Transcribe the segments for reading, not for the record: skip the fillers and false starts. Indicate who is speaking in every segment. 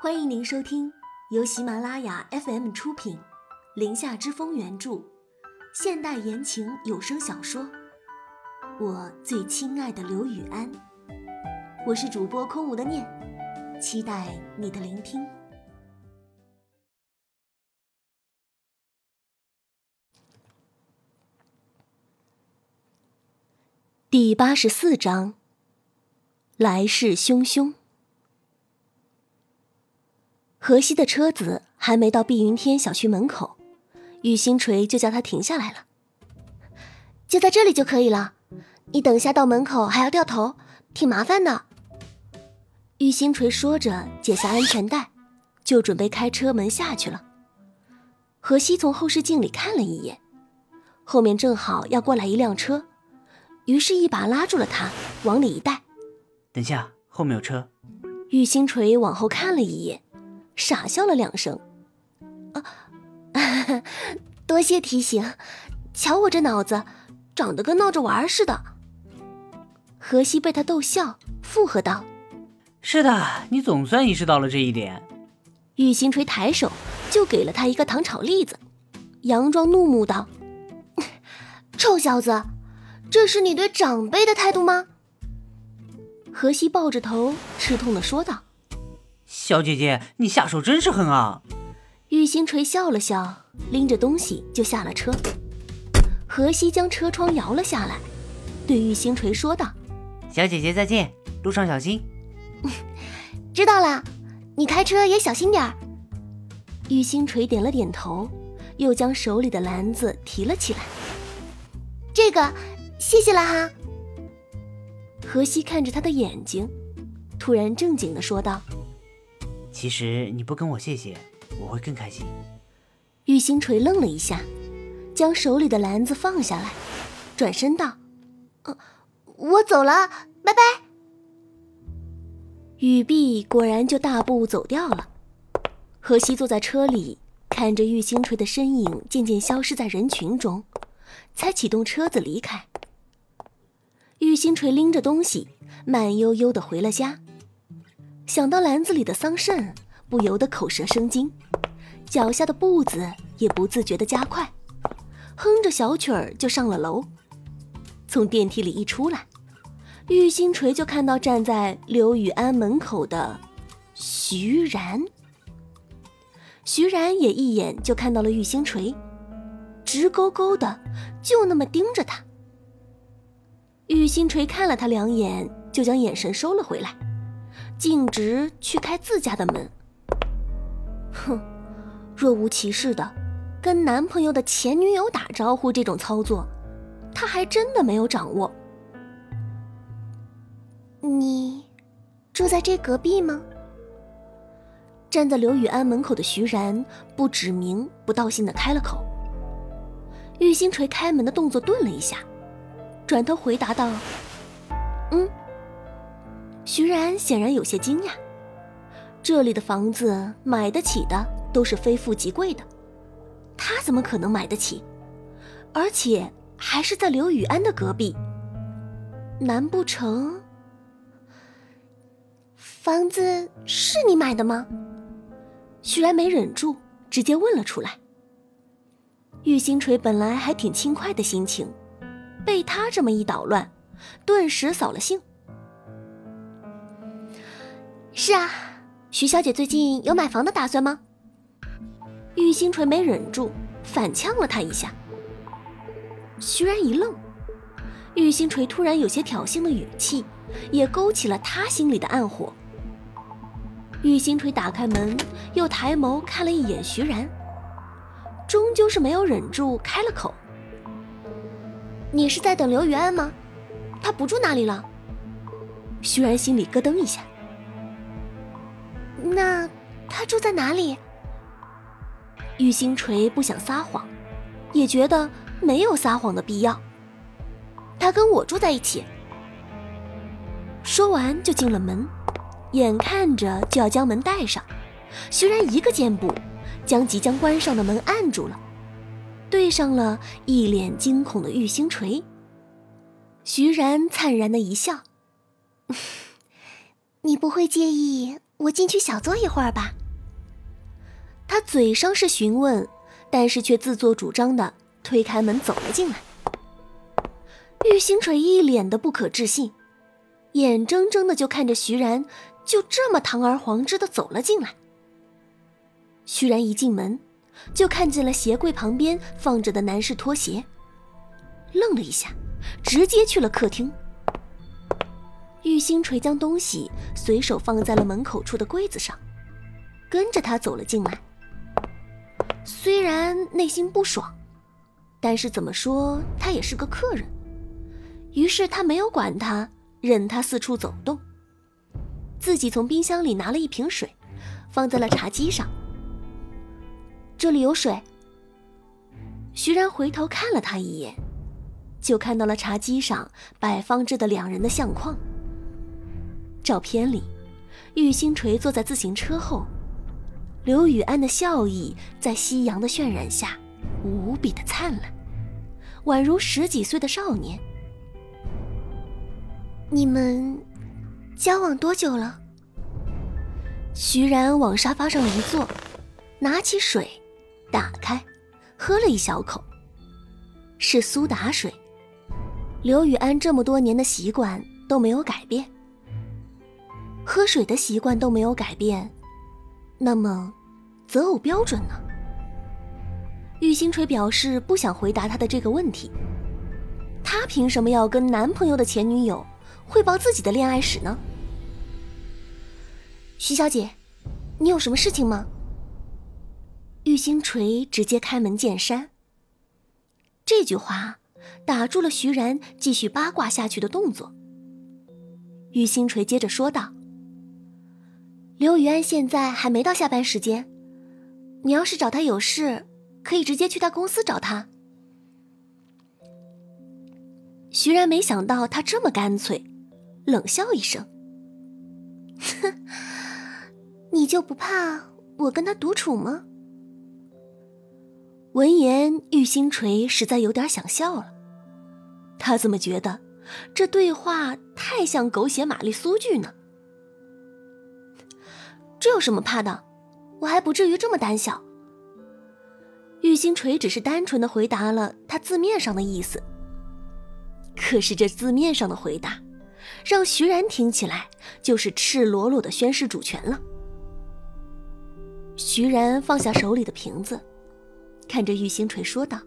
Speaker 1: 欢迎您收听由喜马拉雅 FM 出品，林下之风原著，现代言情有声小说《我最亲爱的刘雨安》。我是主播空无的念，期待你的聆听。第84章，来势汹汹。荷西的车子还没到碧云天小区门口，玉星锤就叫他停下来了。就在这里就可以了，你等下到门口还要掉头，挺麻烦的。玉星锤说着解下安全带，就准备开车门下去了。荷西从后视镜里看了一眼，后面正好要过来一辆车，于是一把拉住了他，往里一带。
Speaker 2: 等下，后面有车。
Speaker 1: 玉星锤往后看了一眼，傻笑了两声。多谢提醒，瞧我这脑子长得跟闹着玩似的。荷西被他逗笑，附和道：
Speaker 2: 是的，你总算意识到了这一点。
Speaker 1: 玉星锤抬手就给了他一个糖炒栗子，佯装怒目道：臭小子，这是你对长辈的态度吗？荷西抱着头吃痛地说道：
Speaker 2: 小姐姐，你下手真是狠啊。
Speaker 1: 玉星锤笑了笑，拎着东西就下了车。荷西将车窗摇了下来，对玉星锤说道：
Speaker 2: 小姐姐再见，路上小心。
Speaker 1: 知道了，你开车也小心点儿。玉星锤点了点头，又将手里的篮子提了起来。这个谢谢了哈。荷西看着他的眼睛，突然正经地说道：
Speaker 2: 其实你不跟我谢谢，我会更开心。
Speaker 1: 玉星锤愣了一下，将手里的篮子放下来，转身道：我走了，拜拜。雨碧果然就大步走掉了。荷西坐在车里，看着玉星锤的身影渐渐消失在人群中，才启动车子离开。玉星锤拎着东西慢悠悠地回了家，想到篮子里的桑葚，不由得口舌生津，脚下的步子也不自觉地加快，哼着小曲儿就上了楼。从电梯里一出来，玉星锤就看到站在刘雨安门口的徐然。徐然也一眼就看到了玉星锤，直勾勾的就那么盯着他。玉星锤看了他两眼，就将眼神收了回来，径直去开自家的门。哼，若无其事的跟男朋友的前女友打招呼，这种操作他还真的没有掌握。你住在这隔壁吗？站在刘雨安门口的徐然不指名不道姓的开了口。玉星锤开门的动作顿了一下，转头回答道：徐然显然有些惊讶，这里的房子买得起的都是非富即贵的，他怎么可能买得起？而且还是在刘雨安的隔壁，难不成房子是你买的吗？徐然没忍住，直接问了出来。玉星锤本来还挺轻快的心情，被他这么一捣乱，顿时扫了兴。是啊，徐小姐最近有买房的打算吗？玉星锤没忍住，反呛了他一下。徐然一愣，玉星锤突然有些挑衅的语气，也勾起了他心里的暗火。玉星锤打开门，又抬眸看了一眼徐然，终究是没有忍住开了口：你是在等刘雨安吗？他不住那里了。徐然心里咯噔一下，那他住在哪里？玉星锤不想撒谎，也觉得没有撒谎的必要。他跟我住在一起。说完就进了门，眼看着就要将门带上，徐然一个箭步将即将关上的门按住了，对上了一脸惊恐的玉星锤。徐然灿然的一笑：你不会介意我进去小坐一会儿吧。他嘴上是询问，但是却自作主张地推开门走了进来。玉星锤一脸的不可置信，眼睁睁的就看着徐然就这么堂而皇之的走了进来。徐然一进门就看见了鞋柜旁边放着的男士拖鞋，愣了一下，直接去了客厅。玉星锤将东西随手放在了门口处的柜子上，跟着他走了进来。虽然内心不爽，但是怎么说他也是个客人，于是他没有管他，任他四处走动，自己从冰箱里拿了一瓶水放在了茶几上。这里有水。徐然回头看了他一眼，就看到了茶几上摆放着的两人的相框。照片里，玉星锤坐在自行车后，刘雨安的笑意在夕阳的渲染下无比的灿烂，宛如10几岁的少年。你们交往多久了？徐然往沙发上一坐，拿起水打开喝了一小口，是苏打水。刘雨安这么多年的习惯都没有改变，喝水的习惯都没有改变，那么择偶标准呢？玉星锤表示不想回答他的这个问题。他凭什么要跟男朋友的前女友汇报自己的恋爱史呢？徐小姐，你有什么事情吗？玉星锤直接开门见山。这句话打住了徐然继续八卦下去的动作。玉星锤接着说道：刘雨安现在还没到下班时间，你要是找他有事，可以直接去他公司找他。徐然没想到他这么干脆，冷笑一声：哼，你就不怕我跟他独处吗？闻言，玉星锤实在有点想笑了。他怎么觉得这对话太像狗血玛丽苏剧呢？这有什么怕的？我还不至于这么胆小。玉星锤只是单纯的回答了他字面上的意思，可是这字面上的回答让徐然听起来就是赤裸裸的宣示主权了。徐然放下手里的瓶子，看着玉星锤说道：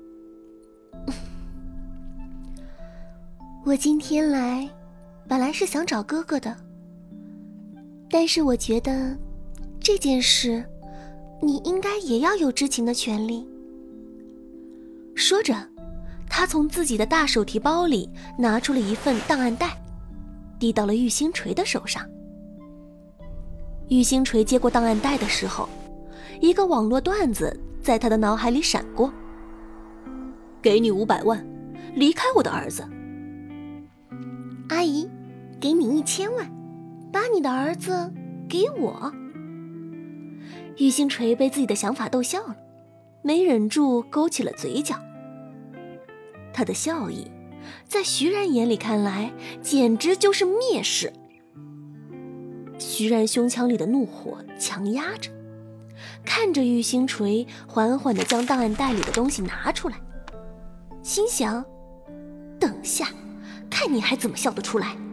Speaker 1: 我今天来本来是想找哥哥的，但是我觉得这件事你应该也要有知情的权利。说着，他从自己的大手提包里拿出了一份档案袋，递到了玉星锤的手上。玉星锤接过档案袋的时候，一个网络段子在他的脑海里闪过：给你500万，离开我的儿子。阿姨，给你1000万，把你的儿子给我。玉星锤被自己的想法逗笑了，没忍住勾起了嘴角。他的笑意在徐然眼里看来简直就是蔑视。徐然胸腔里的怒火强压着，看着玉星锤缓缓地将档案袋里的东西拿出来，心想：等下看你还怎么笑得出来。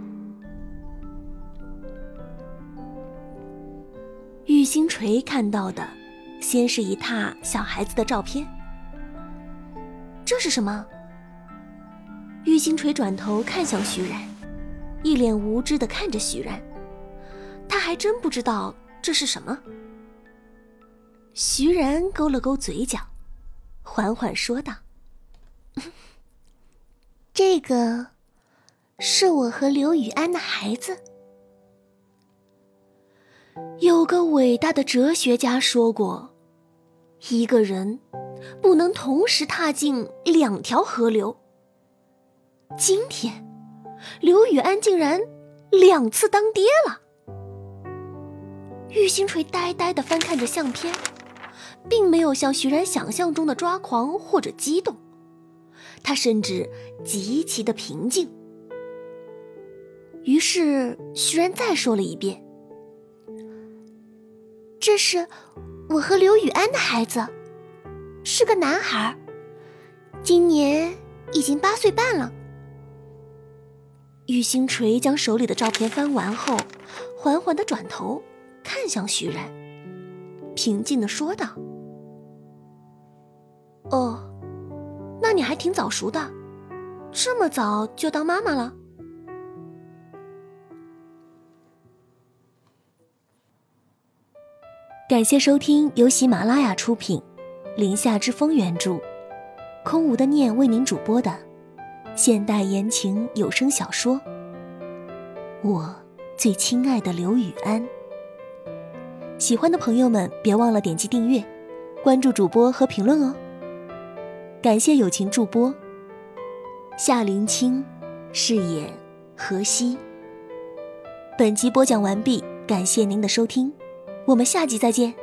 Speaker 1: 玉星锤看到的先是一沓小孩子的照片。这是什么？玉星锤转头看向徐然，一脸无知地看着徐然，他还真不知道这是什么。徐然勾了勾嘴角，缓缓说道：这个是我和刘雨安的孩子。有个伟大的哲学家说过，一个人不能同时踏进2条河流。今天刘雨安竟然2次当爹了。玉星锤呆呆地翻看着相片，并没有像徐然想象中的抓狂或者激动，他甚至极其的平静。于是徐然再说了一遍： 这是我和刘雨安的孩子，是个男孩，今年已经8岁半了。玉星锤将手里的照片翻完后，缓缓地转头看向徐然，平静地说道：哦，那你还挺早熟的，这么早就当妈妈了？感谢收听由喜马拉雅出品，林下之风原著，空无的念为您主播的现代言情有声小说《我最亲爱的刘雨安》。喜欢的朋友们别忘了点击订阅，关注主播和评论哦。感谢友情助播夏林清，饰演荷西。本集播讲完毕，感谢您的收听，我们下集再见。